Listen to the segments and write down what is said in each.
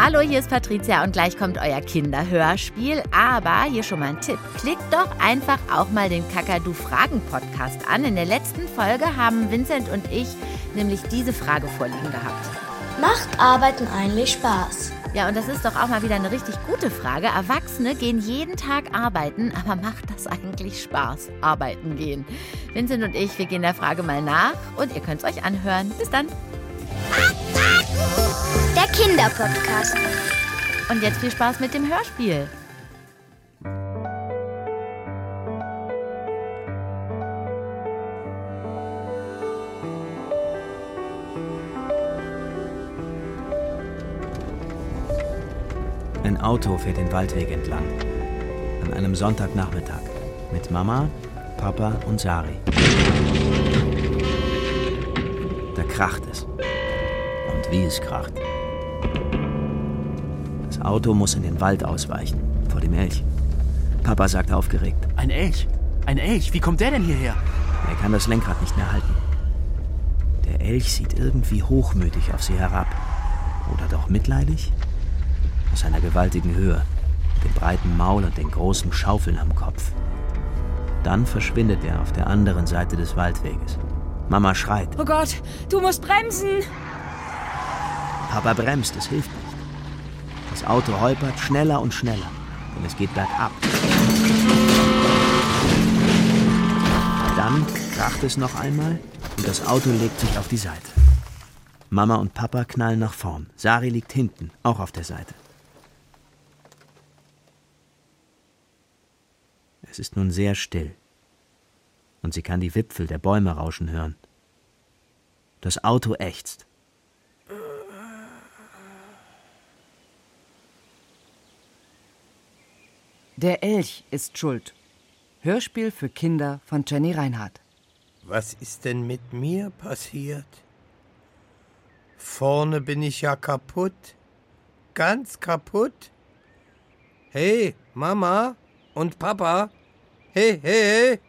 Hallo, hier ist Patricia und gleich kommt euer Kinderhörspiel. Aber hier schon mal ein Tipp. Klickt doch einfach auch mal den Kakadu-Fragen-Podcast an. In der letzten Folge haben Vincent und ich nämlich diese Frage vorliegen gehabt. Macht Arbeiten eigentlich Spaß? Ja, und das ist doch auch mal wieder eine richtig gute Frage. Erwachsene gehen jeden Tag arbeiten, aber macht das eigentlich Spaß, arbeiten gehen? Vincent und ich, wir gehen der Frage mal nach und ihr könnt es euch anhören. Bis dann. Der Kinderpodcast. Und jetzt viel Spaß mit dem Hörspiel. Ein Auto fährt den Waldweg entlang. An einem Sonntagnachmittag. Mit Mama, Papa und Sari. Da kracht es. Und wie es kracht. Das Auto muss in den Wald ausweichen. Vor dem Elch. Papa sagt aufgeregt. Ein Elch? Ein Elch? Wie kommt der denn hierher? Er kann das Lenkrad nicht mehr halten. Der Elch sieht irgendwie hochmütig auf sie herab. Oder doch mitleidig? Aus einer gewaltigen Höhe, dem breiten Maul und den großen Schaufeln am Kopf. Dann verschwindet er auf der anderen Seite des Waldweges. Mama schreit. Oh Gott, du musst bremsen! Papa bremst, es hilft nicht. Das Auto holpert schneller und schneller, denn es geht bergab. Dann kracht es noch einmal und das Auto legt sich auf die Seite. Mama und Papa knallen nach vorn. Sari liegt hinten, auch auf der Seite. Es ist nun sehr still und sie kann die Wipfel der Bäume rauschen hören. Das Auto ächzt. Der Elch ist schuld. Hörspiel für Kinder von Jenny Reinhardt. Was ist denn mit mir passiert? Vorne bin ich ja kaputt. Ganz kaputt. Hey, Mama und Papa. Hey, hey, hey.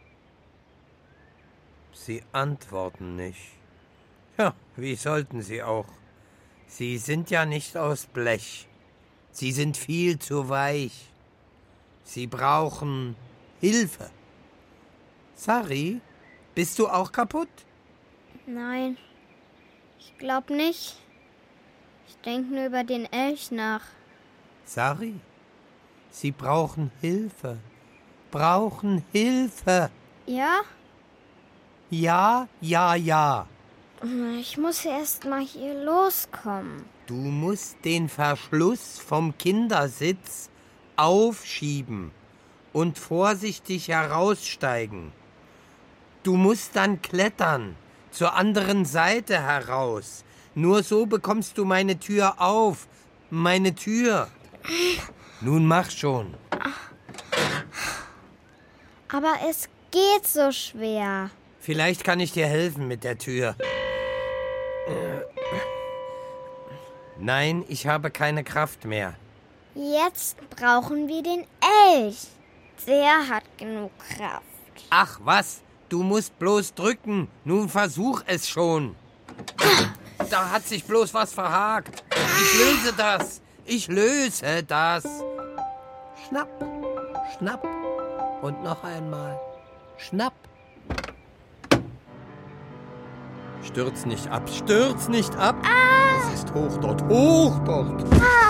Sie antworten nicht. Ja, wie sollten sie auch? Sie sind ja nicht aus Blech. Sie sind viel zu weich. Sie brauchen Hilfe. Sari, bist du auch kaputt? Nein, ich glaube nicht. Ich denke nur über den Elch nach. Sari, Sie brauchen Hilfe. Brauchen Hilfe. Ja? Ja, ja, ja. Ich muss erst mal hier loskommen. Du musst den Verschluss vom Kindersitz aufschieben und vorsichtig heraussteigen. Du musst dann klettern, zur anderen Seite heraus. Nur so bekommst du meine Tür auf. Meine Tür. Nun mach schon. Aber es geht so schwer. Vielleicht kann ich dir helfen mit der Tür. Nein, ich habe keine Kraft mehr. Jetzt brauchen wir den Elch. Der hat genug Kraft. Ach was, du musst bloß drücken. Nun versuch es schon. Da hat sich bloß was verhakt. Ich löse das. Ich löse das. Schnapp, schnapp. Und noch einmal. Schnapp. Stürz nicht ab, stürz nicht ab. Es ist hoch dort, hoch dort.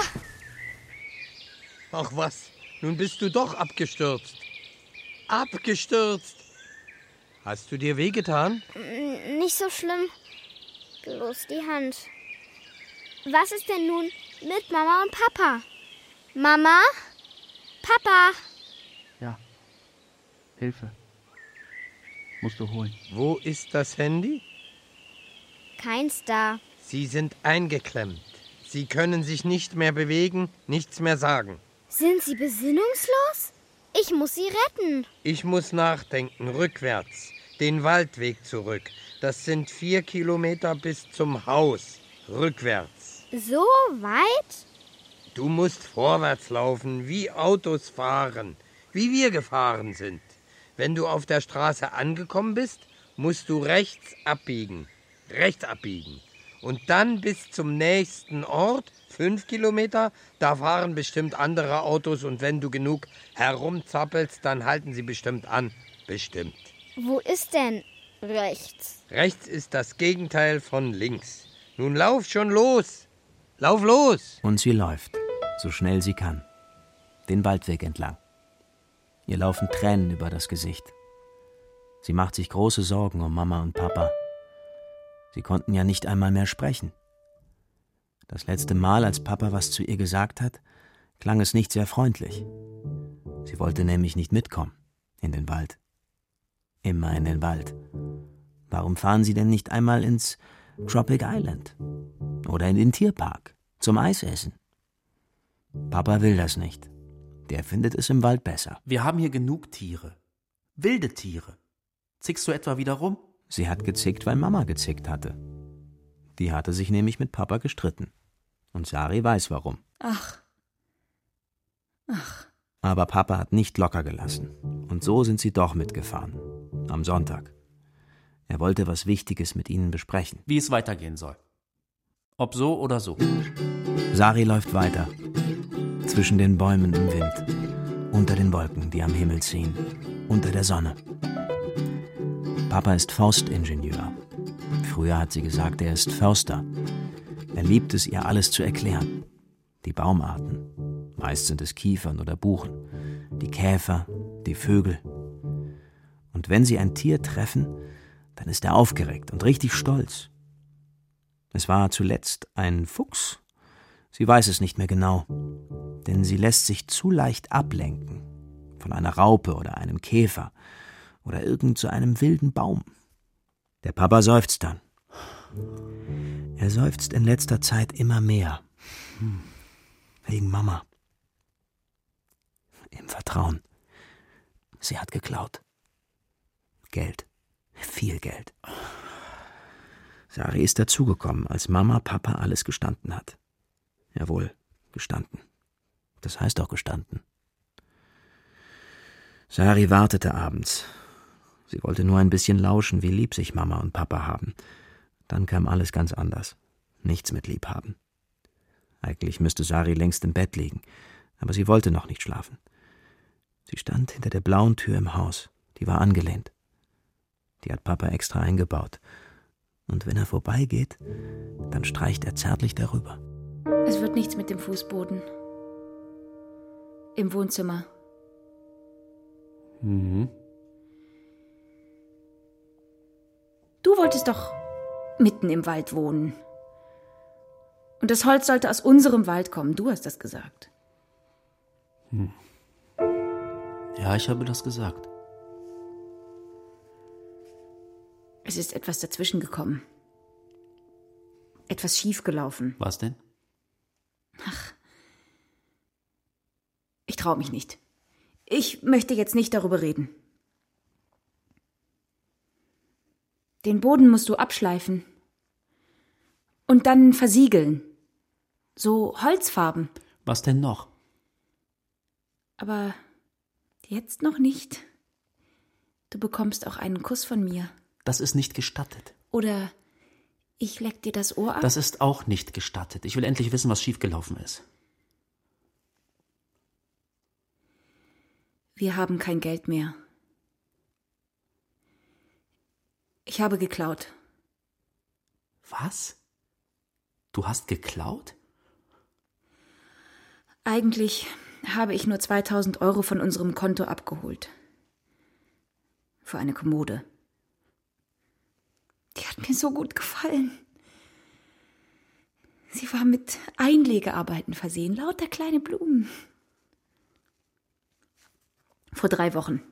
Ach was, nun bist du doch abgestürzt. Abgestürzt. Hast du dir wehgetan? Nicht so schlimm. Bloß die Hand. Was ist denn nun mit Mama und Papa? Mama? Papa? Ja. Hilfe. Musst du holen. Wo ist das Handy? Keins da. Sie sind eingeklemmt. Sie können sich nicht mehr bewegen, nichts mehr sagen. Sind Sie besinnungslos? Ich muss Sie retten. Ich muss nachdenken, rückwärts. Den Waldweg zurück. Das sind 4 Kilometer bis zum Haus. Rückwärts. So weit? Du musst vorwärts laufen, wie Autos fahren. Wie wir gefahren sind. Wenn du auf der Straße angekommen bist, musst du rechts abbiegen. Rechts abbiegen. Und dann bis zum nächsten Ort, 5 Kilometer. Da fahren bestimmt andere Autos und wenn du genug herumzappelst, dann halten sie bestimmt an. Bestimmt. Wo ist denn rechts? Rechts ist das Gegenteil von links. Nun lauf schon los. Lauf los. Und sie läuft, so schnell sie kann, den Waldweg entlang. Ihr laufen Tränen über das Gesicht. Sie macht sich große Sorgen um Mama und Papa. Sie konnten ja nicht einmal mehr sprechen. Das letzte Mal, als Papa was zu ihr gesagt hat, klang es nicht sehr freundlich. Sie wollte nämlich nicht mitkommen in den Wald. Immer in den Wald. Warum fahren sie denn nicht einmal ins Tropic Island? Oder in den Tierpark zum Eisessen? Papa will das nicht. Der findet es im Wald besser. Wir haben hier genug Tiere. Wilde Tiere. Zickst du etwa wieder rum? Sie hat gezickt, weil Mama gezickt hatte. Die hatte sich nämlich mit Papa gestritten. Und Sari weiß warum. Ach. Aber Papa hat nicht locker gelassen. Und so sind sie doch mitgefahren. Am Sonntag. Er wollte was Wichtiges mit ihnen besprechen. Wie es weitergehen soll. Ob so oder so. Sari läuft weiter. Zwischen den Bäumen im Wind. Unter den Wolken, die am Himmel ziehen. Unter der Sonne. Papa ist Forstingenieur. Früher hat sie gesagt, er ist Förster. Er liebt es, ihr alles zu erklären. Die Baumarten. Meist sind es Kiefern oder Buchen. Die Käfer, die Vögel. Und wenn sie ein Tier treffen, dann ist er aufgeregt und richtig stolz. Es war zuletzt ein Fuchs. Sie weiß es nicht mehr genau, denn sie lässt sich zu leicht ablenken von einer Raupe oder einem Käfer oder irgend so einem wilden Baum. Der Papa seufzt dann. Er seufzt in letzter Zeit immer mehr. Wegen Mama. Im Vertrauen. Sie hat geklaut. Geld. Viel Geld. Sari ist dazugekommen, als Mama Papa alles gestanden hat. Jawohl, gestanden. Das heißt auch gestanden. Sari wartete abends. Sie wollte nur ein bisschen lauschen, wie lieb sich Mama und Papa haben. Dann kam alles ganz anders. Nichts mit Liebhaben. Eigentlich müsste Sari längst im Bett liegen, aber sie wollte noch nicht schlafen. Sie stand hinter der blauen Tür im Haus. Die war angelehnt. Die hat Papa extra eingebaut. Und wenn er vorbeigeht, dann streicht er zärtlich darüber. Es wird nichts mit dem Fußboden. Im Wohnzimmer. Du wolltest doch mitten im Wald wohnen. Und das Holz sollte aus unserem Wald kommen. Du hast das gesagt. Ja, ich habe das gesagt. Es ist etwas dazwischen gekommen. Etwas schiefgelaufen. Was denn? Ich traue mich nicht. Ich möchte jetzt nicht darüber reden. Den Boden musst du abschleifen. Und dann versiegeln. So Holzfarben. Was denn noch? Aber jetzt noch nicht. Du bekommst auch einen Kuss von mir. Das ist nicht gestattet. Oder ich leck dir das Ohr ab. Das ist auch nicht gestattet. Ich will endlich wissen, was schiefgelaufen ist. Wir haben kein Geld mehr. Ich habe geklaut. Was? Du hast geklaut? Eigentlich habe ich nur 2.000 Euro von unserem Konto abgeholt. Für eine Kommode. Die hat mir so gut gefallen. Sie war mit Einlegearbeiten versehen, lauter kleine Blumen. Vor 3 Wochen.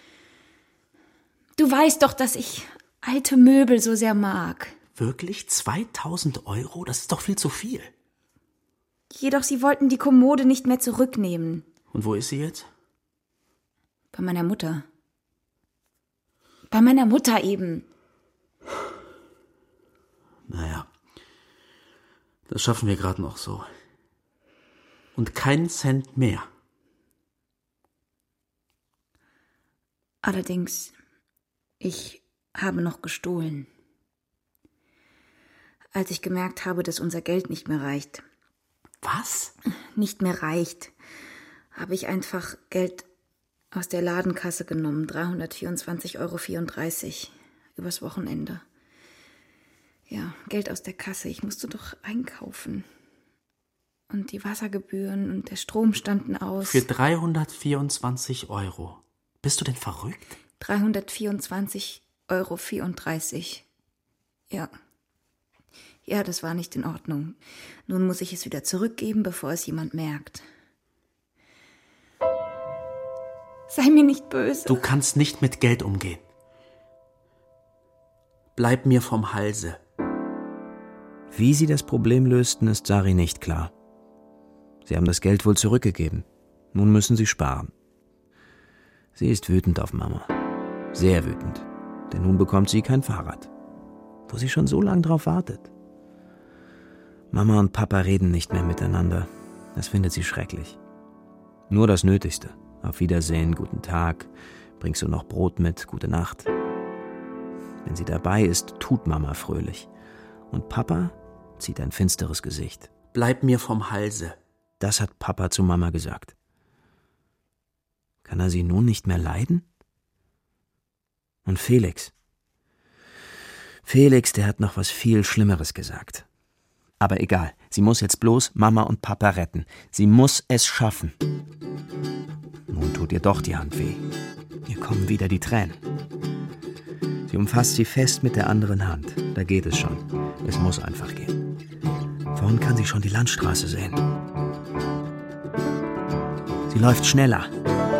Du weißt doch, dass ich alte Möbel so sehr mag. Wirklich? 2.000 Euro? Das ist doch viel zu viel. Jedoch sie wollten die Kommode nicht mehr zurücknehmen. Und wo ist sie jetzt? Bei meiner Mutter. Bei meiner Mutter eben. Naja, das schaffen wir gerade noch so. Und keinen Cent mehr. Allerdings, ich habe noch gestohlen. als ich gemerkt habe, dass unser Geld nicht mehr reicht. Was? Nicht mehr reicht, habe ich einfach Geld aus der Ladenkasse genommen, 324,34 € übers Wochenende. Ja, Geld aus der Kasse, ich musste doch einkaufen. Und die Wassergebühren und der Strom standen aus. Für 324 €. Bist du denn verrückt? 324,34 €. Ja. Ja, das war nicht in Ordnung. Nun muss ich es wieder zurückgeben, bevor es jemand merkt. Sei mir nicht böse. Du kannst nicht mit Geld umgehen. Bleib mir vom Halse. Wie sie das Problem lösten, ist Sari nicht klar. Sie haben das Geld wohl zurückgegeben. Nun müssen sie sparen. Sie ist wütend auf Mama. Sehr wütend. Denn nun bekommt sie kein Fahrrad. Wo sie schon so lange drauf wartet. Mama und Papa reden nicht mehr miteinander. Das findet sie schrecklich. Nur das Nötigste. Auf Wiedersehen, guten Tag. Bringst du noch Brot mit, gute Nacht. Wenn sie dabei ist, tut Mama fröhlich. Und Papa zieht ein finsteres Gesicht. Bleib mir vom Halse. Das hat Papa zu Mama gesagt. Kann er sie nun nicht mehr leiden? Und Felix? Felix, der hat noch was viel Schlimmeres gesagt. Aber egal, sie muss jetzt bloß Mama und Papa retten. Sie muss es schaffen. Nun tut ihr doch die Hand weh. Ihr kommen wieder die Tränen. Sie umfasst sie fest mit der anderen Hand. Da geht es schon. Es muss einfach gehen. Vorhin kann sie schon die Landstraße sehen. Sie läuft schneller.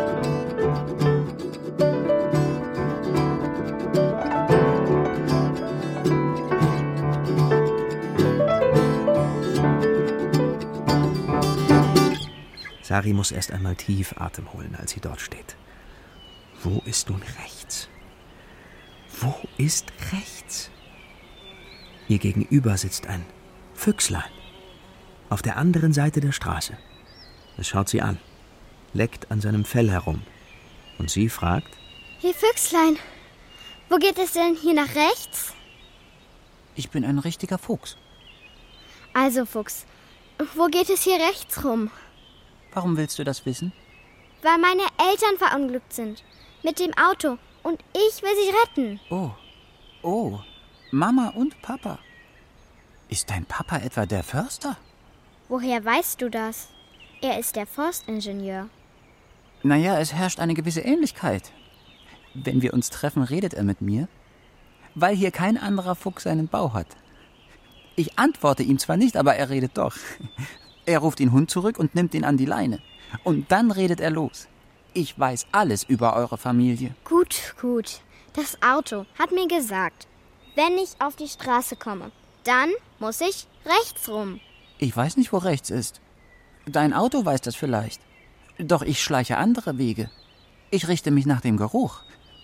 Sari muss erst einmal tief Atem holen, als sie dort steht. Wo ist nun rechts? Wo ist rechts? Ihr gegenüber sitzt ein Füchslein. Auf der anderen Seite der Straße. Es schaut sie an, leckt an seinem Fell herum. Und sie fragt: Hey Füchslein, wo geht es denn hier nach rechts? Ich bin ein richtiger Fuchs. Also Fuchs, wo geht es hier rechts rum? Warum willst du das wissen? Weil meine Eltern verunglückt sind. Mit dem Auto. Und ich will sie retten. Oh, Mama und Papa. Ist dein Papa etwa der Förster? Woher weißt du das? Er ist der Forstingenieur. Naja, es herrscht eine gewisse Ähnlichkeit. Wenn wir uns treffen, redet er mit mir, weil hier kein anderer Fuchs seinen Bau hat. Ich antworte ihm zwar nicht, aber er redet doch. Er ruft den Hund zurück und nimmt ihn an die Leine. Und dann redet er los. Ich weiß alles über eure Familie. Gut. Das Auto hat mir gesagt, wenn ich auf die Straße komme, dann muss ich rechts rum. Ich weiß nicht, wo rechts ist. Dein Auto weiß das vielleicht. Doch ich schleiche andere Wege. Ich richte mich nach dem Geruch.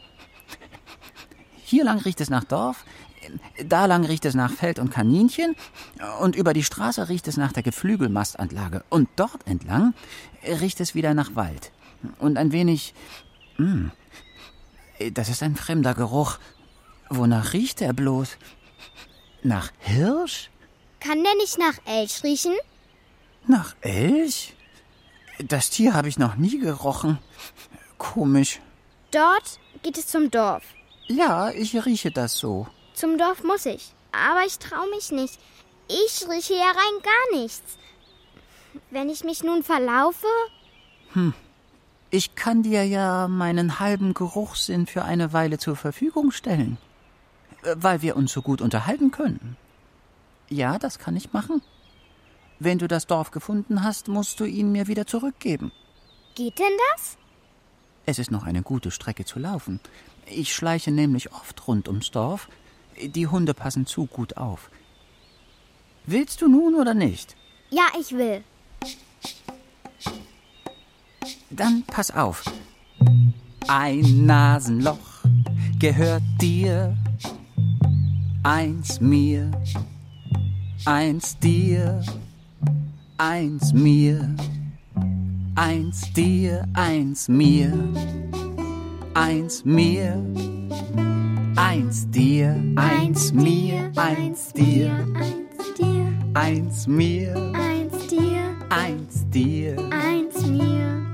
Hier lang riecht es nach Dorf, da lang riecht es nach Feld und Kaninchen und über die Straße riecht es nach der Geflügelmastanlage. Und dort entlang riecht es wieder nach Wald. Und ein wenig... das ist ein fremder Geruch. Wonach riecht er bloß? Nach Hirsch? Kann der nicht nach Elch riechen? Nach Elch? Das Tier habe ich noch nie gerochen. Komisch. Dort geht es zum Dorf. Ja, ich rieche das so. Zum Dorf muss ich, aber ich traue mich nicht. Ich rieche ja rein gar nichts. Wenn ich mich nun verlaufe? Ich kann dir ja meinen halben Geruchssinn für eine Weile zur Verfügung stellen, weil wir uns so gut unterhalten können. Ja, das kann ich machen. Wenn du das Dorf gefunden hast, musst du ihn mir wieder zurückgeben. Geht denn das? Es ist noch eine gute Strecke zu laufen. Ich schleiche nämlich oft rund ums Dorf. Die Hunde passen zu gut auf. Willst du nun oder nicht? Ja, ich will. Dann pass auf. Ein Nasenloch gehört dir, eins mir, eins dir, eins mir, eins dir, eins mir, eins mir, eins dir, eins mir, eins dir, Eins mir, Eins dir, eins dir. eins mir.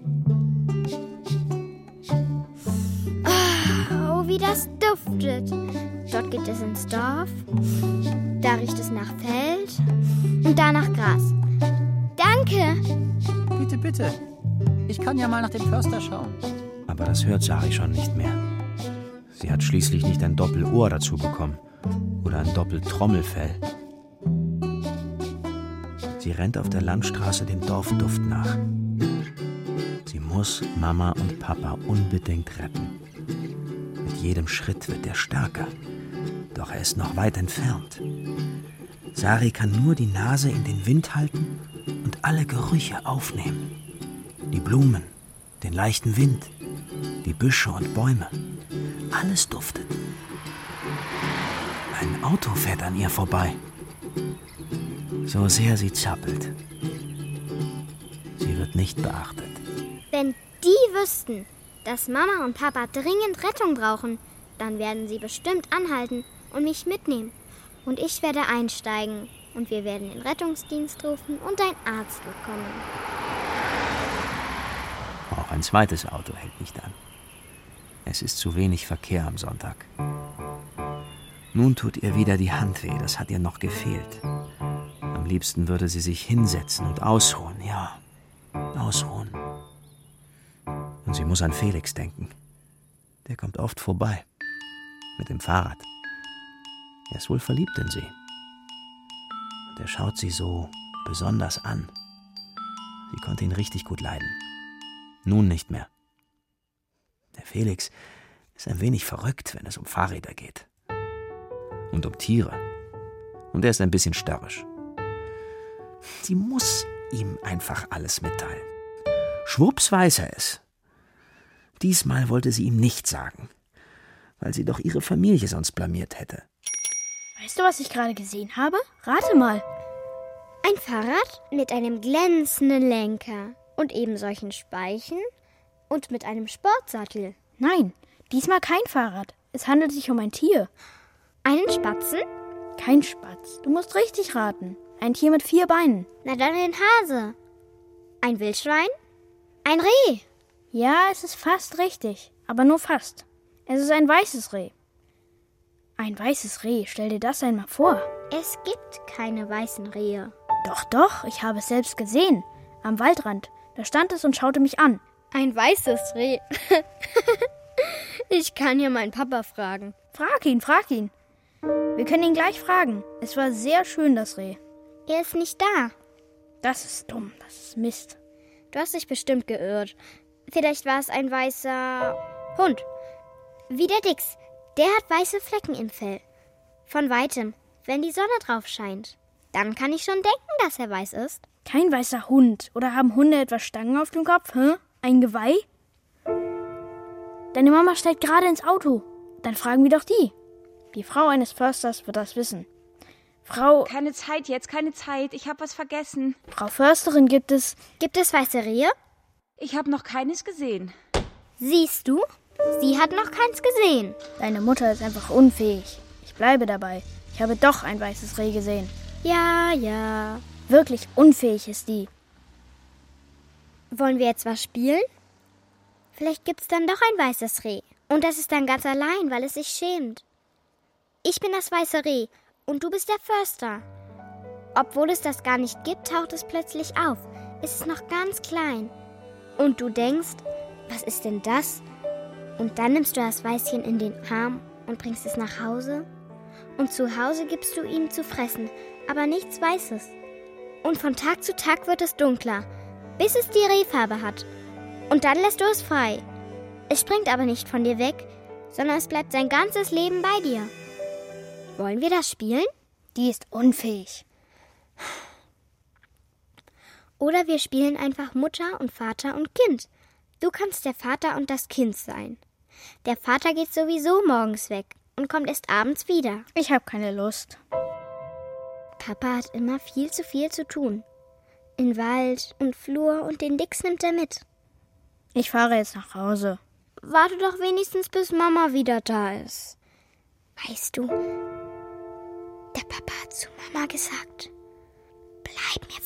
Oh, wie das duftet. Dort geht es ins Dorf. Da riecht es nach Feld und da nach Gras. Danke. Bitte, bitte. Ich kann ja mal nach dem Förster schauen. Aber das hört Sari schon nicht mehr. Sie hat schließlich nicht ein Doppelohr dazu bekommen oder ein Doppeltrommelfell. Sie rennt auf der Landstraße dem Dorfduft nach. Sie muss Mama und Papa unbedingt retten. Mit jedem Schritt wird er stärker, doch er ist noch weit entfernt. Sari kann nur die Nase in den Wind halten und alle Gerüche aufnehmen. Die Blumen, den leichten Wind, die Büsche und Bäume. Alles duftet. Ein Auto fährt an ihr vorbei. So sehr sie zappelt. Sie wird nicht beachtet. Wenn die wüssten, dass Mama und Papa dringend Rettung brauchen, dann werden sie bestimmt anhalten und mich mitnehmen. Und ich werde einsteigen und wir werden den Rettungsdienst rufen und ein Arzt wird kommen. Auch ein zweites Auto hält nicht an. Es ist zu wenig Verkehr am Sonntag. Nun tut ihr wieder die Hand weh, das hat ihr noch gefehlt. Am liebsten würde sie sich hinsetzen und ausruhen, ja, ausruhen. Und sie muss an Felix denken. Der kommt oft vorbei, mit dem Fahrrad. Er ist wohl verliebt in sie. Und er schaut sie so besonders an. Sie konnte ihn richtig gut leiden. Nun nicht mehr. Der Felix ist ein wenig verrückt, wenn es um Fahrräder geht. Und um Tiere. Und er ist ein bisschen störrisch. Sie muss ihm einfach alles mitteilen. Schwupps weiß er es. Diesmal wollte sie ihm nichts sagen, weil sie doch ihre Familie sonst blamiert hätte. Weißt du, was ich gerade gesehen habe? Rate mal. Ein Fahrrad mit einem glänzenden Lenker und eben solchen Speichen und mit einem Sportsattel. Nein, diesmal kein Fahrrad. Es handelt sich um ein Tier. Einen Spatzen? Kein Spatz. Du musst richtig raten. Ein Tier mit 4 Beinen. Na dann ein Hase. Ein Wildschwein? Ein Reh? Ja, es ist fast richtig. Aber nur fast. Es ist ein weißes Reh. Ein weißes Reh, stell dir das einmal vor. Es gibt keine weißen Rehe. Doch, doch, ich habe es selbst gesehen. Am Waldrand. Da stand es und schaute mich an. Ein weißes Reh. Ich kann ja meinen Papa fragen. Frag ihn, frag ihn. Wir können ihn gleich fragen. Es war sehr schön, das Reh. Er ist nicht da. Das ist dumm, das ist Mist. Du hast dich bestimmt geirrt. Vielleicht war es ein weißer Hund. Wie der Dix. Der hat weiße Flecken im Fell. Von weitem, wenn die Sonne drauf scheint. Dann kann ich schon denken, dass er weiß ist. Kein weißer Hund. Oder haben Hunde etwas Stangen auf dem Kopf? Hä? Ein Geweih? Deine Mama steigt gerade ins Auto. Dann fragen wir doch die. Die Frau eines Försters wird das wissen. Frau... Keine Zeit jetzt, keine Zeit. Ich habe was vergessen. Frau Försterin, gibt es... Gibt es weiße Rehe? Ich habe noch keines gesehen. Siehst du? Sie hat noch keins gesehen. Deine Mutter ist einfach unfähig. Ich bleibe dabei. Ich habe doch ein weißes Reh gesehen. Ja, ja. Wirklich unfähig ist die. Wollen wir jetzt was spielen? Vielleicht gibt's dann doch ein weißes Reh. Und das ist dann ganz allein, weil es sich schämt. Ich bin das weiße Reh und du bist der Förster. Obwohl es das gar nicht gibt, taucht es plötzlich auf. Es ist noch ganz klein. Und du denkst, was ist denn das? Und dann nimmst du das Weißchen in den Arm und bringst es nach Hause. Und zu Hause gibst du ihm zu fressen, aber nichts Weißes. Und von Tag zu Tag wird es dunkler, bis es die Rehfarbe hat. Und dann lässt du es frei. Es springt aber nicht von dir weg, sondern es bleibt sein ganzes Leben bei dir. Wollen wir das spielen? Die ist unfähig. Oder wir spielen einfach Mutter und Vater und Kind. Du kannst der Vater und das Kind sein. Der Vater geht sowieso morgens weg und kommt erst abends wieder. Ich habe keine Lust. Papa hat immer viel zu tun. In Wald und Flur und den Dix nimmt er mit. Ich fahre jetzt nach Hause. Warte doch wenigstens, bis Mama wieder da ist. Weißt du, der Papa hat zu Mama gesagt,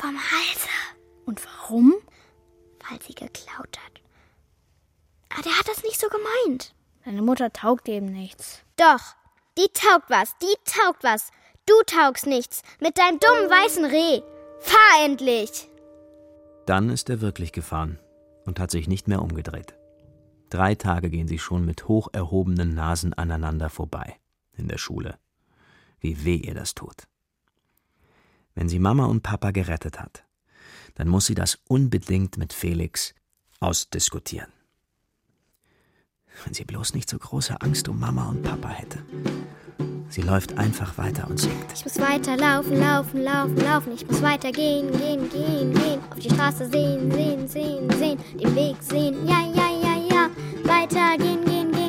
vom Halse. Und warum? Weil sie geklaut hat. Aber der hat das nicht so gemeint. Deine Mutter taugt eben nichts. Doch, die taugt was, Du taugst nichts mit deinem dummen weißen Reh. Fahr endlich! Dann ist er wirklich gefahren und hat sich nicht mehr umgedreht. 3 Tage gehen sie schon mit hoch erhobenen Nasen aneinander vorbei in der Schule. Wie weh ihr das tut. Wenn sie Mama und Papa gerettet hat, dann muss sie das unbedingt mit Felix ausdiskutieren. Wenn sie bloß nicht so große Angst um Mama und Papa hätte. Sie läuft einfach weiter und singt. Ich muss weiter laufen. Ich muss weiter gehen. Auf die Straße sehen. Den Weg sehen. Ja. Weiter gehen.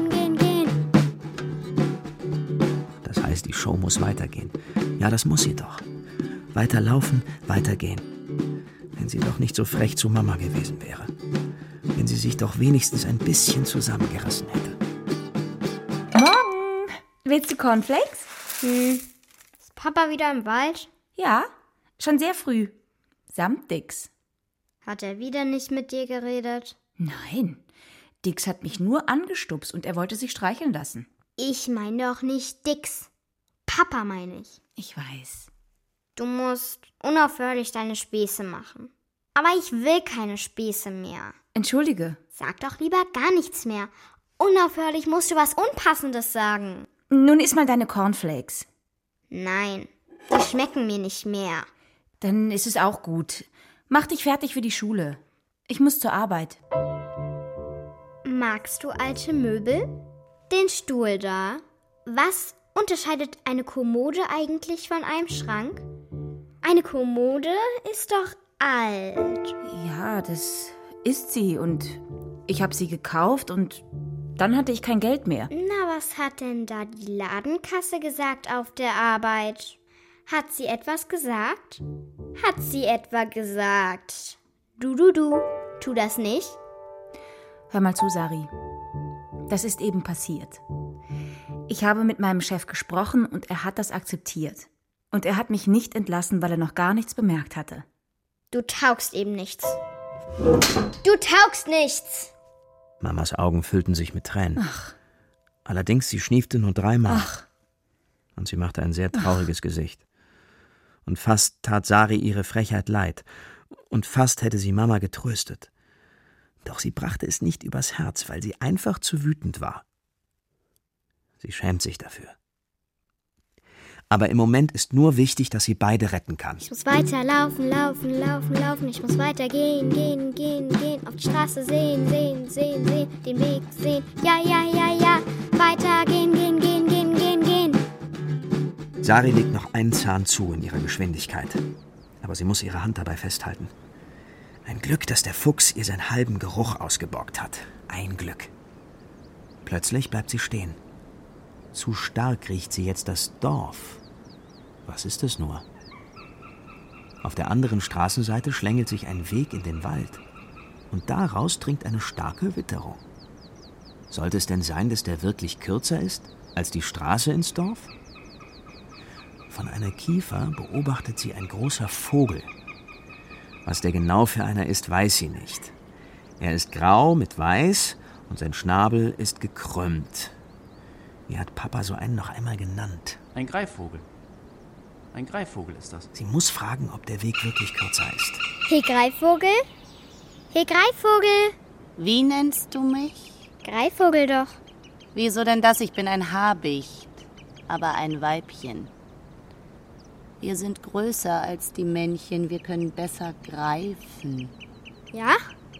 Das heißt, die Show muss weitergehen. Ja, das muss sie doch. Weiter laufen, weiter gehen. Wenn sie doch nicht so frech zu Mama gewesen wäre. Wenn sie sich doch wenigstens ein bisschen zusammengerissen hätte. Morgen! Willst du Cornflakes? Ist Papa wieder im Wald? Ja, schon sehr früh. Samt Dix. Hat er wieder nicht mit dir geredet? Nein, Dix hat mich nur angestupst und er wollte sich streicheln lassen. Ich meine doch nicht Dix. Papa meine ich. Ich weiß. Du musst unaufhörlich deine Späße machen. Aber ich will keine Späße mehr. Entschuldige. Sag doch lieber gar nichts mehr. Unaufhörlich musst du was Unpassendes sagen. Nun iss mal deine Cornflakes. Nein, die schmecken mir nicht mehr. Dann ist es auch gut. Mach dich fertig für die Schule. Ich muss zur Arbeit. Magst du alte Möbel? Den Stuhl da. Was unterscheidet eine Kommode eigentlich von einem Schrank? Eine Kommode ist doch alt. Ja, das ist sie und ich habe sie gekauft und dann hatte ich kein Geld mehr. Na, was hat denn da die Ladenkasse gesagt auf der Arbeit? Hat sie etwas gesagt? Hat sie etwa gesagt? Du, tu das nicht? Hör mal zu, Sari. Das ist eben passiert. Ich habe mit meinem Chef gesprochen und er hat das akzeptiert. Und er hat mich nicht entlassen, weil er noch gar nichts bemerkt hatte. Du taugst eben nichts. Du taugst nichts! Mamas Augen füllten sich mit Tränen. Ach. Allerdings, sie schniefte nur 3-mal. Ach. Und sie machte ein sehr trauriges Gesicht. Und fast tat Sari ihre Frechheit leid. Und fast hätte sie Mama getröstet. Doch sie brachte es nicht übers Herz, weil sie einfach zu wütend war. Sie schämt sich dafür. Aber im Moment ist nur wichtig, dass sie beide retten kann. Ich muss weiter laufen. Ich muss weiter gehen. Auf die Straße sehen. Den Weg sehen. Ja. Weiter gehen. Sari legt noch einen Zahn zu in ihrer Geschwindigkeit. Aber sie muss ihre Hand dabei festhalten. Ein Glück, dass der Fuchs ihr seinen halben Geruch ausgeborgt hat. Ein Glück. Plötzlich bleibt sie stehen. Zu stark riecht sie jetzt das Dorf. Was ist es nur? Auf der anderen Straßenseite schlängelt sich ein Weg in den Wald. Und daraus dringt eine starke Witterung. Sollte es denn sein, dass der wirklich kürzer ist als die Straße ins Dorf? Von einer Kiefer beobachtet sie ein großer Vogel. Was der genau für einer ist, weiß sie nicht. Er ist grau mit weiß und sein Schnabel ist gekrümmt. Wie hat Papa so einen noch einmal genannt? Ein Greifvogel. Ein Greifvogel ist das. Sie muss fragen, ob der Weg wirklich kürzer ist. Hey Greifvogel? Hey Greifvogel? Wie nennst du mich? Greifvogel doch. Wieso denn das? Ich bin ein Habicht, aber ein Weibchen. Wir sind größer als die Männchen, wir können besser greifen. Ja?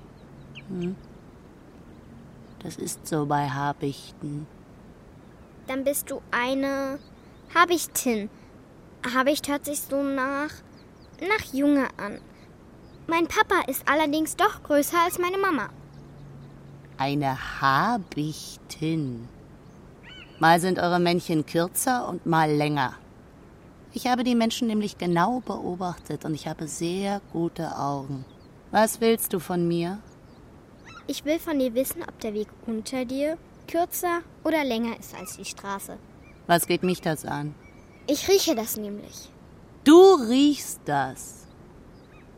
Das ist so bei Habichten. Dann bist du eine Habichtin. Habicht hört sich so nach Junge an. Mein Papa ist allerdings doch größer als meine Mama. Eine Habichtin. Mal sind eure Männchen kürzer und mal länger. Ich habe die Menschen nämlich genau beobachtet und ich habe sehr gute Augen. Was willst du von mir? Ich will von dir wissen, ob der Weg unter dir kürzer oder länger ist als die Straße. Was geht mich das an? Ich rieche das nämlich. Du riechst das.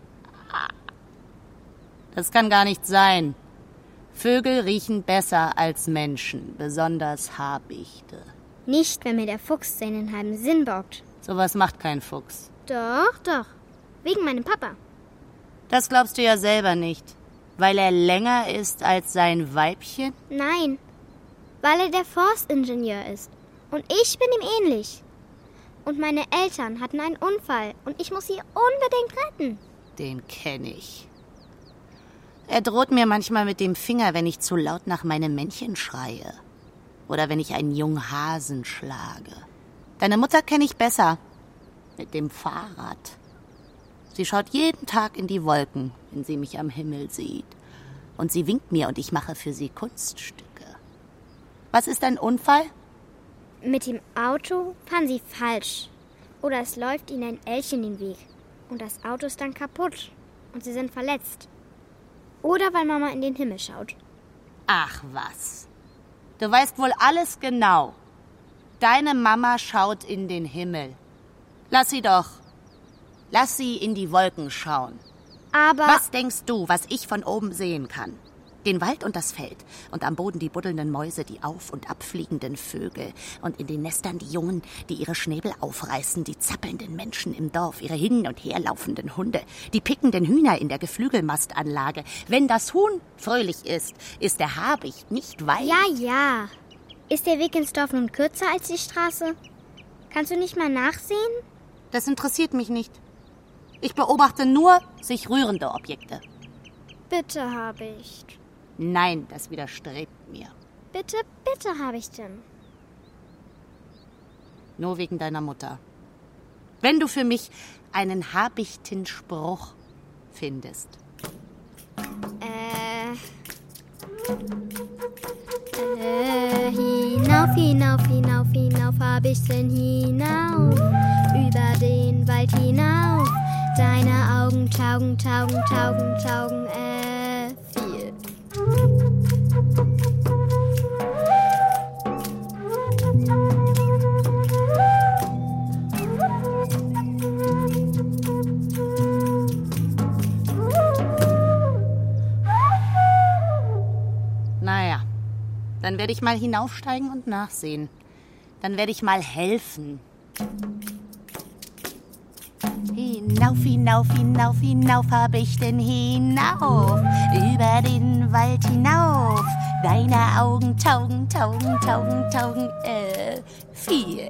Das kann gar nicht sein. Vögel riechen besser als Menschen, besonders Habichte. Nicht, wenn mir der Fuchs seinen halben Sinn bockt. Sowas macht kein Fuchs. Doch. Wegen meinem Papa. Das glaubst du ja selber nicht. Weil er länger ist als sein Weibchen? Nein, weil er der Forstingenieur ist. Und ich bin ihm ähnlich. Und meine Eltern hatten einen Unfall und ich muss sie unbedingt retten. Den kenne ich. Er droht mir manchmal mit dem Finger, wenn ich zu laut nach meinem Männchen schreie. Oder wenn ich einen jungen Hasen schlage. Deine Mutter kenne ich besser. Mit dem Fahrrad. Sie schaut jeden Tag in die Wolken, wenn sie mich am Himmel sieht. Und sie winkt mir und ich mache für sie Kunststücke. Was ist ein Unfall? Mit dem Auto fahren sie falsch. Oder es läuft ihnen ein Elch in den Weg. Und das Auto ist dann kaputt. Und sie sind verletzt. Oder weil Mama in den Himmel schaut. Ach was. Du weißt wohl alles genau. Deine Mama schaut in den Himmel. Lass sie doch. Lass sie in die Wolken schauen. Aber... Was denkst du, was ich von oben sehen kann? Den Wald und das Feld. Und am Boden die buddelnden Mäuse, die auf- und abfliegenden Vögel. Und in den Nestern die Jungen, die ihre Schnäbel aufreißen, die zappelnden Menschen im Dorf, ihre hin- und herlaufenden Hunde, die pickenden Hühner in der Geflügelmastanlage. Wenn das Huhn fröhlich ist der Habicht nicht weit. Ja. Ist der Weg ins Dorf nun kürzer als die Straße? Kannst du nicht mal nachsehen? Das interessiert mich nicht. Ich beobachte nur sich rührende Objekte. Bitte, Habicht. Nein, das widerstrebt mir. Bitte, Habichtin. Nur wegen deiner Mutter. Wenn du für mich einen Habichtenspruch findest. Hinauf, Habichtin, hinauf. Über den Wald hinauf. Deine Augen taugen viel. Naja, dann werde ich mal hinaufsteigen und nachsehen. Dann werde ich mal helfen. Hinauf, Habichtin, hinauf, über den Wald hinauf. Deine Augen taugen viel.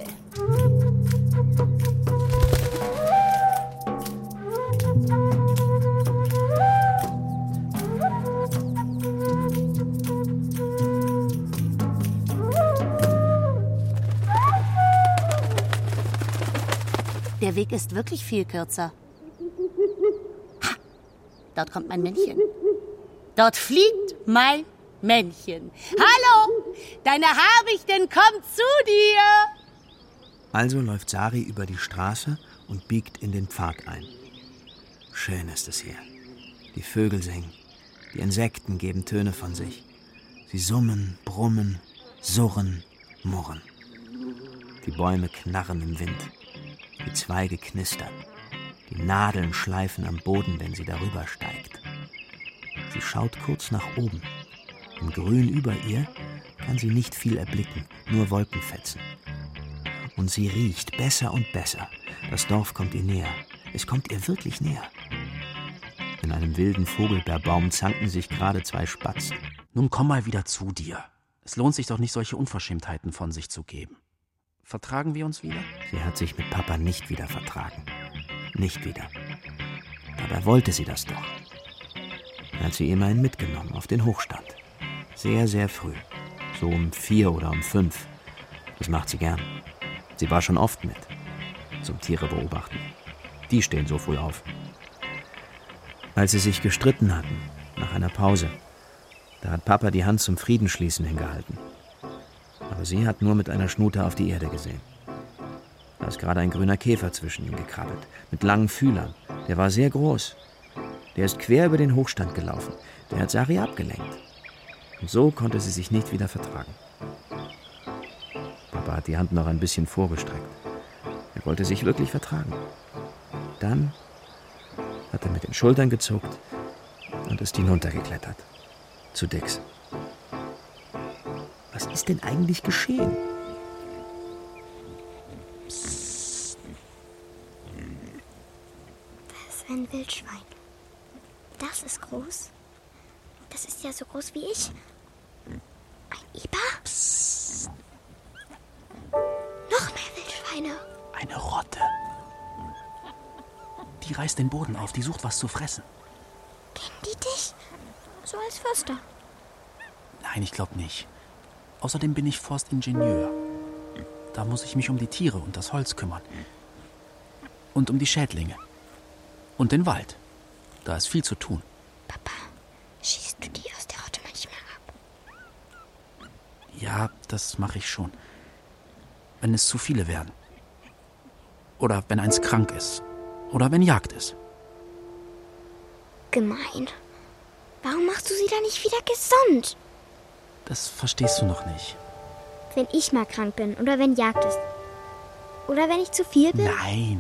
Der Weg ist wirklich viel kürzer. Ha! Dort kommt mein Männchen. Dort fliegt mein Männchen. Hallo! Deine Habichtin kommt zu dir! Also läuft Sari über die Straße und biegt in den Pfad ein. Schön ist es hier. Die Vögel singen. Die Insekten geben Töne von sich. Sie summen, brummen, surren, murren. Die Bäume knarren im Wind. Die Zweige knistern. Die Nadeln schleifen am Boden, wenn sie darüber steigt. Sie schaut kurz nach oben. Im Grün über ihr kann sie nicht viel erblicken, nur Wolkenfetzen. Und sie riecht besser und besser. Das Dorf kommt ihr näher. Es kommt ihr wirklich näher. In einem wilden Vogelbeerbaum zanken sich gerade zwei Spatzen. Nun komm mal wieder zu dir. Es lohnt sich doch nicht, solche Unverschämtheiten von sich zu geben. Vertragen wir uns wieder? Sie hat sich mit Papa nicht wieder vertragen. Nicht wieder. Dabei wollte sie das doch. Er hat sie immerhin mitgenommen auf den Hochstand. Sehr, sehr früh. So um 4 oder um 5. Das macht sie gern. Sie war schon oft mit. Zum Tiere beobachten. Die stehen so früh auf. Als sie sich gestritten hatten, nach einer Pause, da hat Papa die Hand zum Friedensschließen hingehalten. Aber sie hat nur mit einer Schnute auf die Erde gesehen. Da ist gerade ein grüner Käfer zwischen ihnen gekrabbelt, mit langen Fühlern. Der war sehr groß. Der ist quer über den Hochstand gelaufen. Der hat Sari abgelenkt. Und so konnte sie sich nicht wieder vertragen. Papa hat die Hand noch ein bisschen vorgestreckt. Er wollte sich wirklich vertragen. Dann hat er mit den Schultern gezuckt und ist hinuntergeklettert. Zu Dix. Was ist denn eigentlich geschehen? Das ist ein Wildschwein. Das ist groß. Das ist ja so groß wie ich. Ein Iber? Psst. Noch mehr Wildschweine. Eine Rotte. Die reißt den Boden auf, die sucht was zu fressen. Kennen die dich? So als Förster? Nein, ich glaube nicht. Außerdem bin ich Forstingenieur. Da muss ich mich um die Tiere und das Holz kümmern. Und um die Schädlinge. Und den Wald. Da ist viel zu tun. Papa, schießt du die aus der Rotte manchmal ab? Ja, das mache ich schon. Wenn es zu viele werden. Oder wenn eins krank ist. Oder wenn Jagd ist. Gemein. Warum machst du sie dann nicht wieder gesund? Das verstehst du noch nicht. Wenn ich mal krank bin oder wenn Jagd ist. Oder wenn ich zu viel bin? Nein.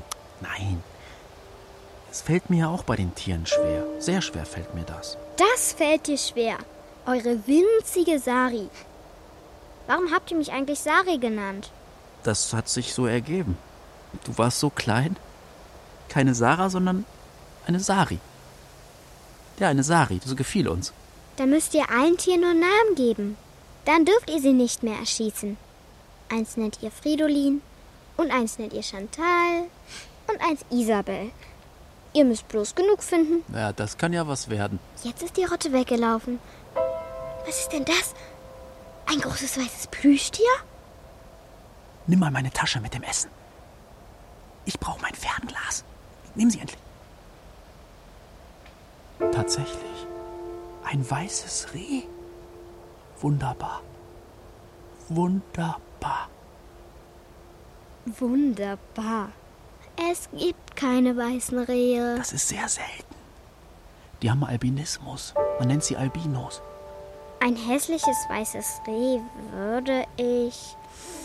Es fällt mir ja auch bei den Tieren schwer. Sehr schwer fällt mir das. Das fällt dir schwer. Eure winzige Sari. Warum habt ihr mich eigentlich Sari genannt? Das hat sich so ergeben. Du warst so klein. Keine Sarah, sondern eine Sari. Ja, eine Sari, das gefiel uns. Da müsst ihr allen Tieren nur Namen geben. Dann dürft ihr sie nicht mehr erschießen. Eins nennt ihr Fridolin und eins nennt ihr Chantal und eins Isabel. Ihr müsst bloß genug finden. Ja, das kann ja was werden. Jetzt ist die Rotte weggelaufen. Was ist denn das? Ein großes weißes Plüschtier? Nimm mal meine Tasche mit dem Essen. Ich brauche mein Fernglas. Nimm sie endlich. Tatsächlich. Ein weißes Reh. Wunderbar. Wunderbar. Wunderbar. Es gibt keine weißen Rehe. Das ist sehr selten. Die haben Albinismus. Man nennt sie Albinos. Ein hässliches weißes Reh würde ich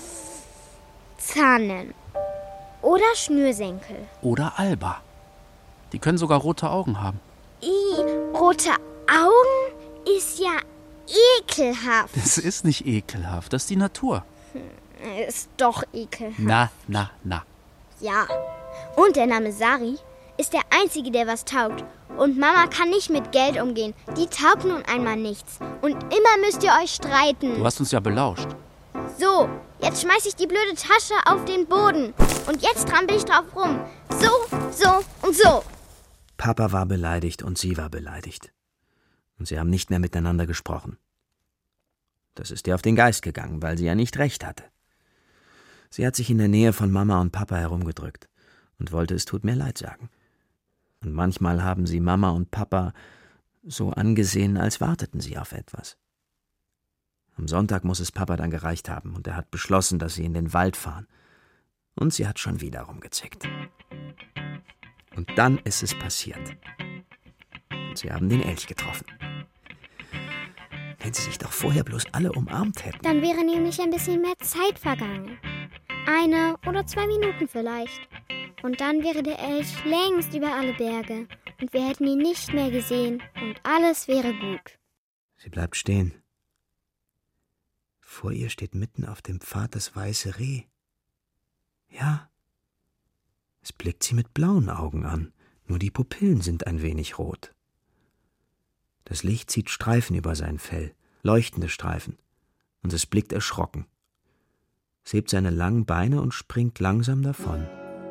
Zahn nennen. Oder Schnürsenkel. Oder Alba. Die können sogar rote Augen haben. Rote Augen ist ja ekelhaft. Das ist nicht ekelhaft, das ist die Natur. Ist doch ekelhaft. Na. Ja. Und der Name Sari ist der einzige, der was taugt. Und Mama kann nicht mit Geld umgehen. Die taugt nun einmal nichts. Und immer müsst ihr euch streiten. Du hast uns ja belauscht. So, jetzt schmeiß ich die blöde Tasche auf den Boden. Und jetzt trampel ich drauf rum. So und so. Papa war beleidigt und sie war beleidigt. Und sie haben nicht mehr miteinander gesprochen. Das ist ihr auf den Geist gegangen, weil sie ja nicht recht hatte. Sie hat sich in der Nähe von Mama und Papa herumgedrückt und wollte es tut mir leid sagen. Und manchmal haben sie Mama und Papa so angesehen, als warteten sie auf etwas. Am Sonntag muss es Papa dann gereicht haben und er hat beschlossen, dass sie in den Wald fahren. Und sie hat schon wieder rumgezickt. Und dann ist es passiert. Und sie haben den Elch getroffen. Wenn sie sich doch vorher bloß alle umarmt hätten. Dann wäre nämlich ein bisschen mehr Zeit vergangen. 1 oder 2 Minuten vielleicht. Und dann wäre der Elch längst über alle Berge. Und wir hätten ihn nicht mehr gesehen. Und alles wäre gut. Sie bleibt stehen. Vor ihr steht mitten auf dem Pfad das weiße Reh. Ja, es blickt sie mit blauen Augen an, nur die Pupillen sind ein wenig rot. Das Licht zieht Streifen über sein Fell, leuchtende Streifen, und es blickt erschrocken. Es hebt seine langen Beine und springt langsam davon.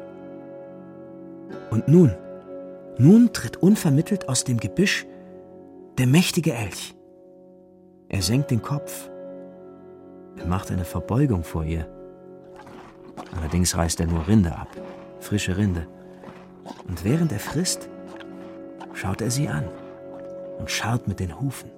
Und nun tritt unvermittelt aus dem Gebüsch der mächtige Elch. Er senkt den Kopf. Er macht eine Verbeugung vor ihr. Allerdings reißt er nur Rinde ab, frische Rinde. Und während er frisst, schaut er sie an und scharrt mit den Hufen.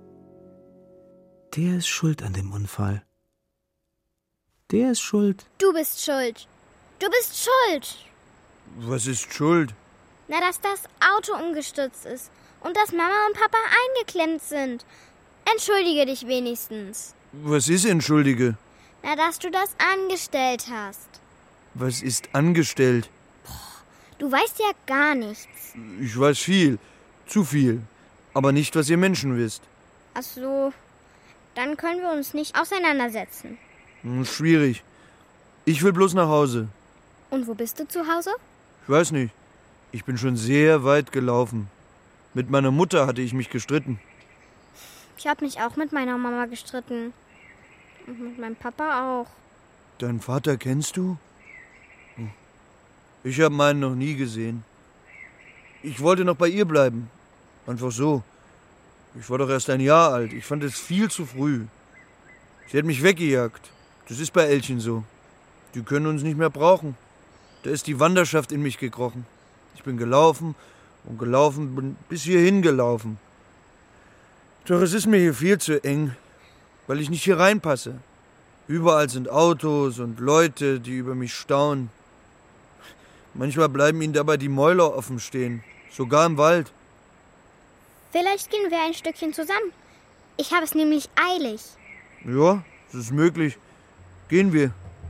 Der ist schuld an dem Unfall. Der ist schuld. Du bist schuld. Du bist schuld. Was ist schuld? Na, dass das Auto umgestürzt ist und dass Mama und Papa eingeklemmt sind. Entschuldige dich wenigstens. Was ist entschuldige? Na, dass du das angestellt hast. Was ist angestellt? Du weißt ja gar nichts. Ich weiß viel. Zu viel. aber nicht, was ihr Menschen wisst. Ach so, dann können wir uns nicht auseinandersetzen. Schwierig. Ich will bloß nach Hause. Und wo bist du zu Hause? Ich weiß nicht. Ich bin schon sehr weit gelaufen. Mit meiner Mutter hatte ich mich gestritten. Ich habe mich auch mit meiner Mama gestritten. Und mit meinem Papa auch. Deinen Vater kennst du? Ich habe meinen noch nie gesehen. Ich wollte noch bei ihr bleiben. Einfach so. Ich war doch erst ein Jahr alt. Ich fand es viel zu früh. Sie hat mich weggejagt. Das ist bei Elchen so. Die können uns nicht mehr brauchen. Da ist die Wanderschaft in mich gekrochen. Ich bin gelaufen und gelaufen, bin bis hierhin gelaufen. Doch es ist mir hier viel zu eng, weil ich nicht hier reinpasse. Überall sind Autos und Leute, die über mich staunen. Manchmal bleiben ihnen dabei die Mäuler offen stehen, sogar im Wald. Vielleicht gehen wir ein Stückchen zusammen. Ich habe es nämlich eilig. Ja, das ist möglich. Gehen wir.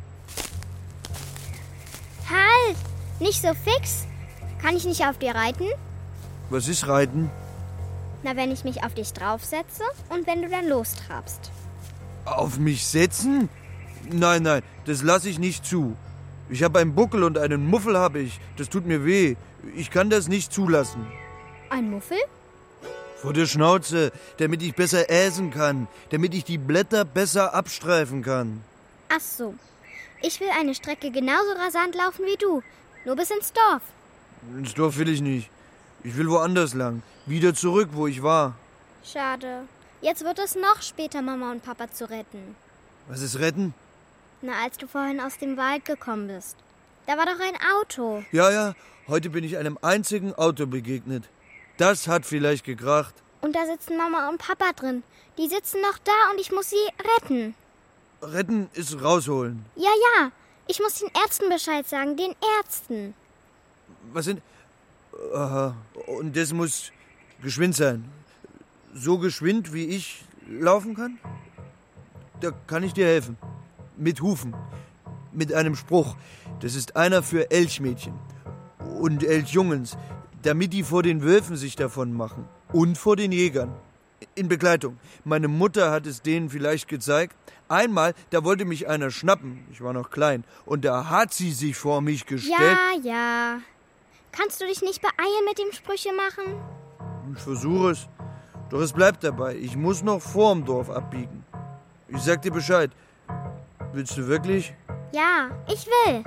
Halt! Nicht so fix. Kann ich nicht auf dir reiten? Was ist Reiten? Na, wenn ich mich auf dich draufsetze und wenn du dann lostrabst. Auf mich setzen? Nein, das lasse ich nicht zu. Ich habe einen Buckel und einen Muffel habe ich. Das tut mir weh. Ich kann das nicht zulassen. Ein Muffel? Vor der Schnauze, damit ich besser äsen kann, damit ich die Blätter besser abstreifen kann. Ach so. Ich will eine Strecke genauso rasant laufen wie du. Nur bis ins Dorf. Ins Dorf will ich nicht. Ich will woanders lang. Wieder zurück, wo ich war. Schade. Jetzt wird es noch später, Mama und Papa zu retten. Was ist retten? Na, als du vorhin aus dem Wald gekommen bist. Da war doch ein Auto. Ja. Heute bin ich einem einzigen Auto begegnet. Das hat vielleicht gekracht. Und da sitzen Mama und Papa drin. Die sitzen noch da und ich muss sie retten. Retten ist rausholen. Ja. Ich muss den Ärzten Bescheid sagen. Den Ärzten. Was sind... Aha. Und das muss geschwind sein. So geschwind, wie ich laufen kann? Da kann ich dir helfen. Mit Hufen. Mit einem Spruch. Das ist einer für Elchmädchen. Und Elchjungens. Damit die vor den Wölfen sich davon machen. Und vor den Jägern. In Begleitung. Meine Mutter hat es denen vielleicht gezeigt. Einmal, da wollte mich einer schnappen. Ich war noch klein. Und da hat sie sich vor mich gestellt. Ja. Kannst du dich nicht beeilen mit dem Sprüche machen? Ich versuche es. Doch es bleibt dabei. Ich muss noch vorm Dorf abbiegen. Ich sag dir Bescheid. Willst du wirklich? Ja, ich will.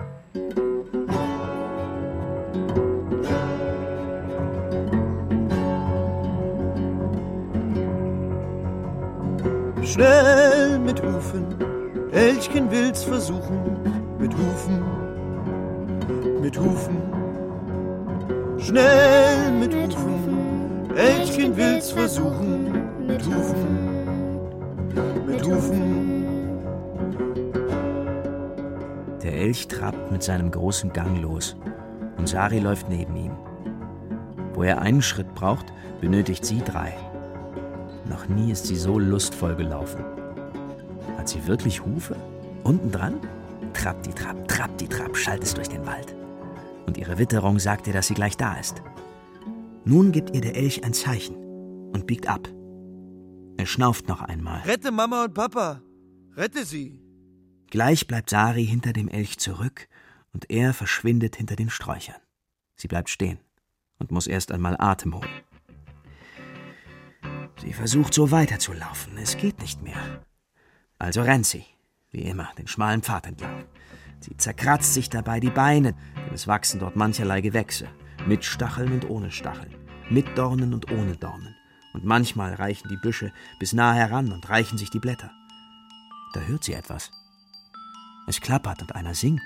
Schnell mit Hufen, Elchchen will's versuchen. Mit Hufen, schnell mit Hufen, Elchchen will's versuchen. Mit Hufen. Der Elch trabt mit seinem großen Gang los und Sari läuft neben ihm. Wo er einen Schritt braucht, benötigt sie 3. Noch nie ist sie so lustvoll gelaufen. Hat sie wirklich Hufe? Unten dran? Trapp, die Trapp, schallt es durch den Wald. Und ihre Witterung sagt ihr, dass sie gleich da ist. Nun gibt ihr der Elch ein Zeichen und biegt ab. Er schnauft noch einmal. Rette Mama und Papa! Rette sie! Gleich bleibt Sari hinter dem Elch zurück und er verschwindet hinter den Sträuchern. Sie bleibt stehen und muss erst einmal Atem holen. Sie versucht so weiterzulaufen, es geht nicht mehr. Also rennt sie, wie immer, den schmalen Pfad entlang. Sie zerkratzt sich dabei die Beine, denn es wachsen dort mancherlei Gewächse, mit Stacheln und ohne Stacheln, mit Dornen und ohne Dornen. Und manchmal reichen die Büsche bis nah heran und reichen sich die Blätter. Da hört sie etwas. Es klappert und einer singt.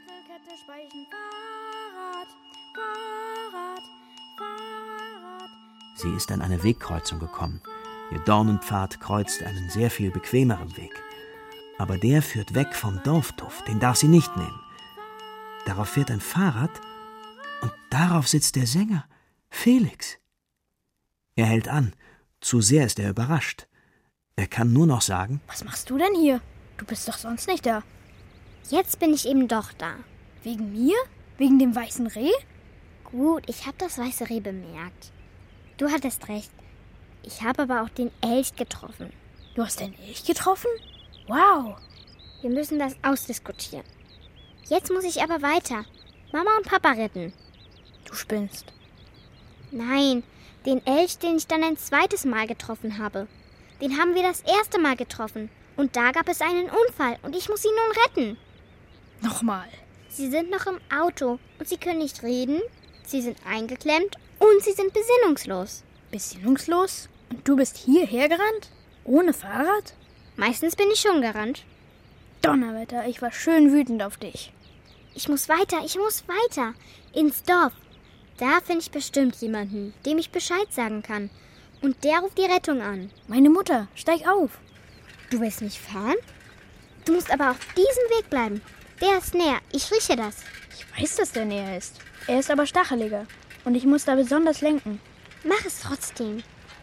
Sie ist an eine Wegkreuzung gekommen. Ihr Dornenpfad kreuzt einen sehr viel bequemeren Weg. Aber der führt weg vom Dorftuff, den darf sie nicht nehmen. Darauf fährt ein Fahrrad und darauf sitzt der Sänger, Felix. Er hält an, zu sehr ist er überrascht. Er kann nur noch sagen: Was machst du denn hier? Du bist doch sonst nicht da. Jetzt bin ich eben doch da. Wegen mir? Wegen dem weißen Reh? Gut, ich habe das weiße Reh bemerkt. Du hattest recht. Ich habe aber auch den Elch getroffen. Du hast den Elch getroffen? Wow. Wir müssen das ausdiskutieren. Jetzt muss ich aber weiter. Mama und Papa retten. Du spinnst. Nein, den Elch, den ich dann ein zweites Mal getroffen habe. Den haben wir das erste Mal getroffen. Und da gab es einen Unfall und ich muss ihn nun retten. Nochmal. Sie sind noch im Auto und sie können nicht reden. Sie sind eingeklemmt und sie sind besinnungslos. Besinnungslos? Und du bist hierher gerannt? Ohne Fahrrad? Meistens bin ich schon gerannt. Donnerwetter, ich war schön wütend auf dich. Ich muss weiter. Ins Dorf. Da finde ich bestimmt jemanden, dem ich Bescheid sagen kann. Und der ruft die Rettung an. Meine Mutter, steig auf. Du willst nicht fahren? Du musst aber auf diesem Weg bleiben. Der ist näher. Ich rieche das. Ich weiß, dass der näher ist. Er ist aber stacheliger. Und ich muss da besonders lenken. Mach es trotzdem.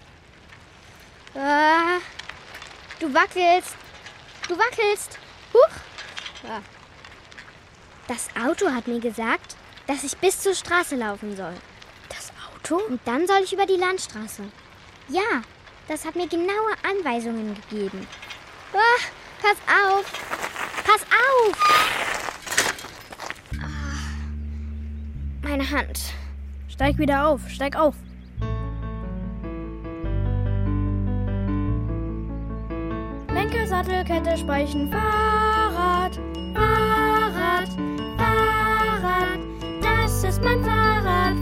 Du wackelst. Huch. Das Auto hat mir gesagt, dass ich bis zur Straße laufen soll. Das Auto? Und dann soll ich über die Landstraße. Ja, das hat mir genaue Anweisungen gegeben. Pass auf! Meine Hand. Steig wieder auf, steig auf. Lenker, Sattel, Kette, Speichen, Fahrrad. Das ist mein Fahrrad.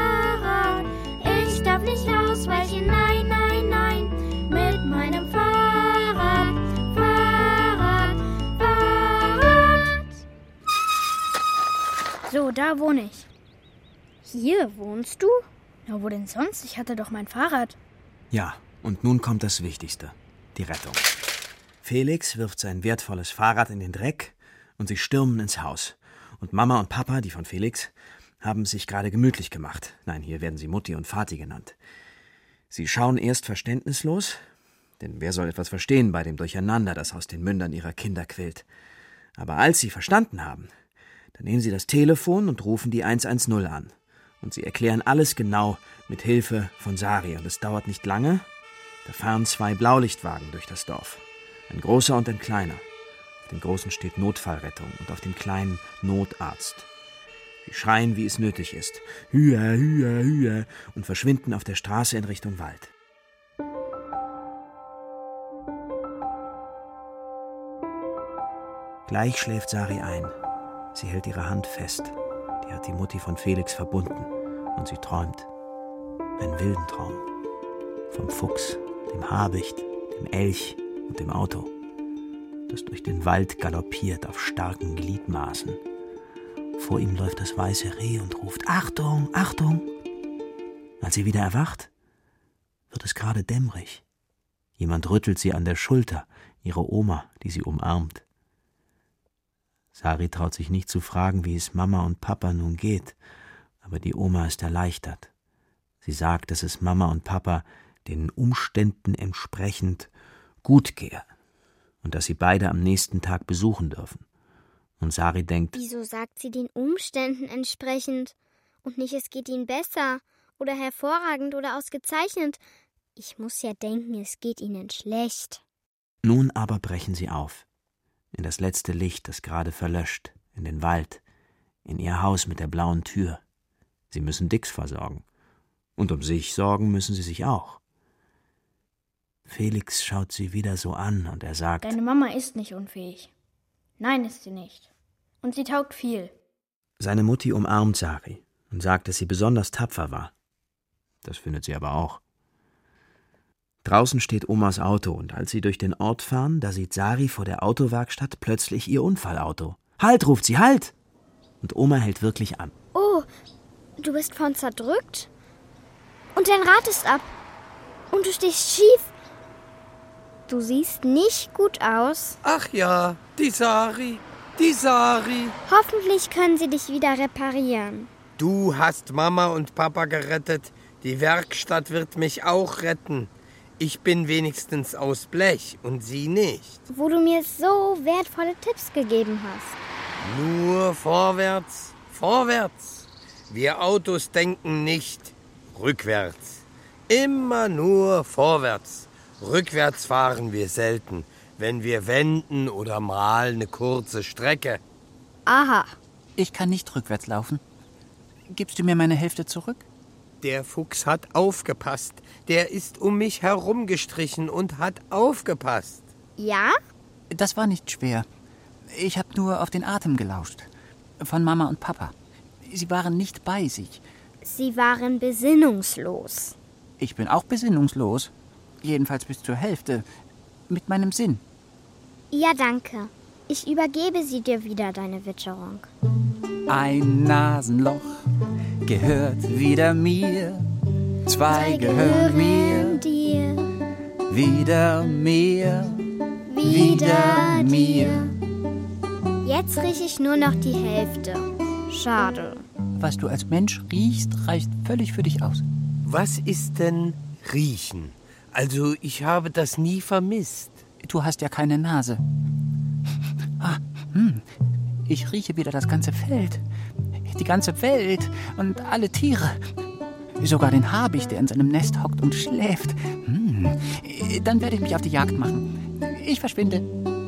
Ich darf nicht ausweichen, nein. Mit meinem Fahrrad. So, da wohne ich. Hier wohnst du? Na, wo denn sonst? Ich hatte doch mein Fahrrad. Ja, und nun kommt das Wichtigste. Die Rettung. Felix wirft sein wertvolles Fahrrad in den Dreck und sie stürmen ins Haus. Und Mama und Papa, die von Felix, haben sich gerade gemütlich gemacht. Nein, hier werden sie Mutti und Vati genannt. Sie schauen erst verständnislos, denn wer soll etwas verstehen bei dem Durcheinander, das aus den Mündern ihrer Kinder quillt. Aber als sie verstanden haben, dann nehmen sie das Telefon und rufen die 110 an. Und sie erklären alles genau mit Hilfe von Sari. Und es dauert nicht lange, da fahren 2 Blaulichtwagen durch das Dorf. Ein großer und ein kleiner. Auf dem großen steht Notfallrettung und auf dem kleinen Notarzt. Sie schreien, wie es nötig ist. Hüa, hüa, hüa, und verschwinden auf der Straße in Richtung Wald. Gleich schläft Sari ein. Sie hält ihre Hand fest. Die hat die Mutti von Felix verbunden. Und sie träumt. Einen wilden Traum. Vom Fuchs, dem Habicht, dem Elch und dem Auto, das durch den Wald galoppiert auf starken Gliedmaßen. Vor ihm läuft das weiße Reh und ruft: Achtung, Achtung! Als sie wieder erwacht, wird es gerade dämmerig. Jemand rüttelt sie an der Schulter, ihre Oma, die sie umarmt. Sari traut sich nicht zu fragen, wie es Mama und Papa nun geht, aber die Oma ist erleichtert. Sie sagt, dass es Mama und Papa den Umständen entsprechend gut gehe und dass sie beide am nächsten Tag besuchen dürfen. Und Sari denkt: Wieso sagt sie den Umständen entsprechend und nicht, es geht ihnen besser oder hervorragend oder ausgezeichnet? Ich muss ja denken, es geht ihnen schlecht. Nun aber brechen sie auf. In das letzte Licht, das gerade verlöscht, in den Wald, in ihr Haus mit der blauen Tür. Sie müssen Dix versorgen. Und um sich sorgen müssen sie sich auch. Felix schaut sie wieder so an und er sagt: Deine Mama ist nicht unfähig. Nein, ist sie nicht. Und sie taugt viel. Seine Mutti umarmt Sari und sagt, dass sie besonders tapfer war. Das findet sie aber auch. Draußen steht Omas Auto und als sie durch den Ort fahren, da sieht Sari vor der Autowerkstatt plötzlich ihr Unfallauto. Halt, ruft sie, halt! Und Oma hält wirklich an. Oh, du bist von zerdrückt? Und dein Rad ist ab. Und du stehst schief. Du siehst nicht gut aus. Ach ja, die Sari. Hoffentlich können sie dich wieder reparieren. Du hast Mama und Papa gerettet. Die Werkstatt wird mich auch retten. Ich bin wenigstens aus Blech und sie nicht. Wo du mir so wertvolle Tipps gegeben hast. Nur vorwärts, vorwärts. Wir Autos denken nicht rückwärts. Immer nur vorwärts. Rückwärts fahren wir selten. Wenn wir wenden oder mal eine kurze Strecke. Aha. Ich kann nicht rückwärts laufen. Gibst du mir meine Hälfte zurück? Der Fuchs hat aufgepasst. Der ist um mich herumgestrichen und hat aufgepasst. Ja? Das war nicht schwer. Ich habe nur auf den Atem gelauscht. Von Mama und Papa. Sie waren nicht bei sich. Sie waren besinnungslos. Ich bin auch besinnungslos. Jedenfalls bis zur Hälfte. Mit meinem Sinn. Ja, danke. Ich übergebe sie dir wieder, deine Witterung. Ein Nasenloch gehört wieder mir. Zwei gehören mir. dir. Wieder mir. Wieder mir. Jetzt rieche ich nur noch die Hälfte. Schade. Was du als Mensch riechst, reicht völlig für dich aus. Was ist denn riechen? Also, ich habe das nie vermisst. Du hast ja keine Nase. Ich rieche wieder das ganze Feld. Die ganze Welt und alle Tiere. Sogar den Habicht, der in seinem Nest hockt und schläft. Dann werde ich mich auf die Jagd machen. Ich verschwinde.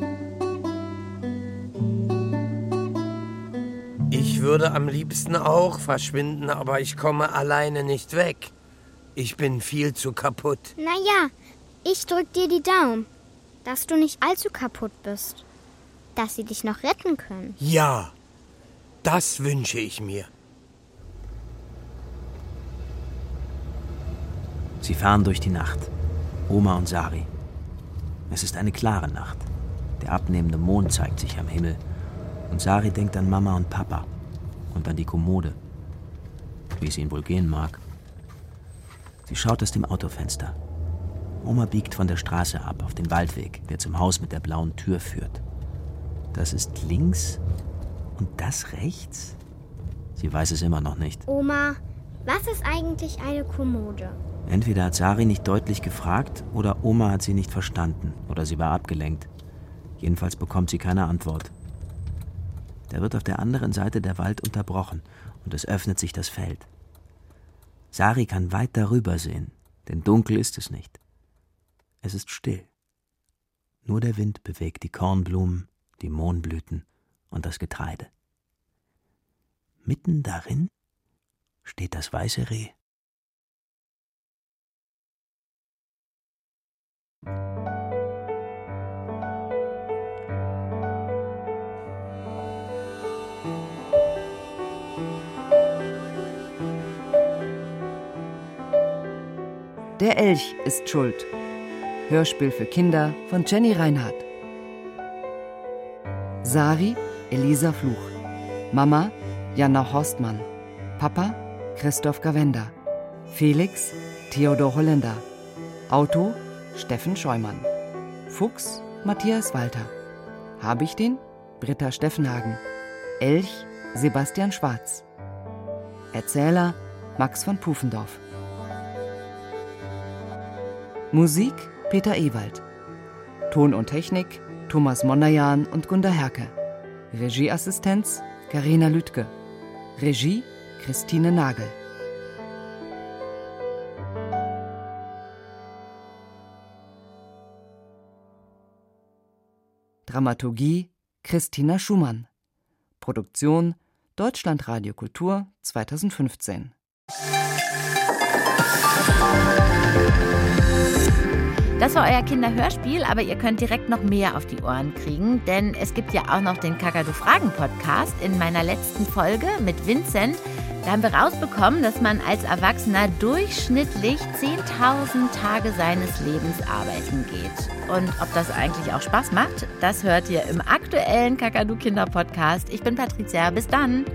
Ich würde am liebsten auch verschwinden, aber ich komme alleine nicht weg. Ich bin viel zu kaputt. Naja, ich drück dir die Daumen, dass du nicht allzu kaputt bist. Dass sie dich noch retten können. Ja, das wünsche ich mir. Sie fahren durch die Nacht. Oma und Sari. Es ist eine klare Nacht. Der abnehmende Mond zeigt sich am Himmel. Und Sari denkt an Mama und Papa. Und an die Kommode. Wie es ihnen wohl gehen mag. Sie schaut aus dem Autofenster. Oma biegt von der Straße ab auf den Waldweg, der zum Haus mit der blauen Tür führt. Das ist links und das rechts? Sie weiß es immer noch nicht. Oma, was ist eigentlich eine Kommode? Entweder hat Sari nicht deutlich gefragt oder Oma hat sie nicht verstanden oder sie war abgelenkt. Jedenfalls bekommt sie keine Antwort. Da wird auf der anderen Seite der Wald unterbrochen und es öffnet sich das Feld. Sari kann weit darüber sehen, denn dunkel ist es nicht. Es ist still. Nur der Wind bewegt die Kornblumen, die Mohnblüten und das Getreide. Mitten darin steht das weiße Reh. Der Elch ist schuld. Hörspiel für Kinder von Jenny Reinhardt. Sari, Elisa Fluch. Mama, Jana Horstmann. Papa, Christoph Gawenda. Felix, Theodor Holländer. Auto, Steffen Scheumann. Fuchs, Matthias Walter. Habichtin, Britta Steffenhagen. Elch, Sebastian Schwarz. Erzähler, Max von Pufendorf. Musik, Peter Ewald. Ton und Technik, Thomas Monderjan und Gunda Herke. Regieassistenz, Karina Lütke. Regie, Christine Nagel. Dramaturgie, Christina Schumann. Produktion, Deutschlandradio Kultur 2015. Das war euer Kinderhörspiel, aber ihr könnt direkt noch mehr auf die Ohren kriegen, denn es gibt ja auch noch den Kakadu-Fragen-Podcast. In meiner letzten Folge mit Vincent, da haben wir rausbekommen, dass man als Erwachsener durchschnittlich 10.000 Tage seines Lebens arbeiten geht. Und ob das eigentlich auch Spaß macht, das hört ihr im aktuellen Kakadu-Kinder-Podcast. Ich bin Patricia, bis dann.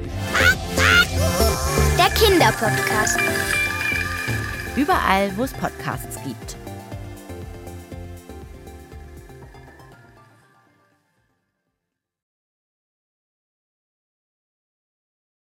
Der Kinderpodcast. Überall, wo es Podcasts gibt.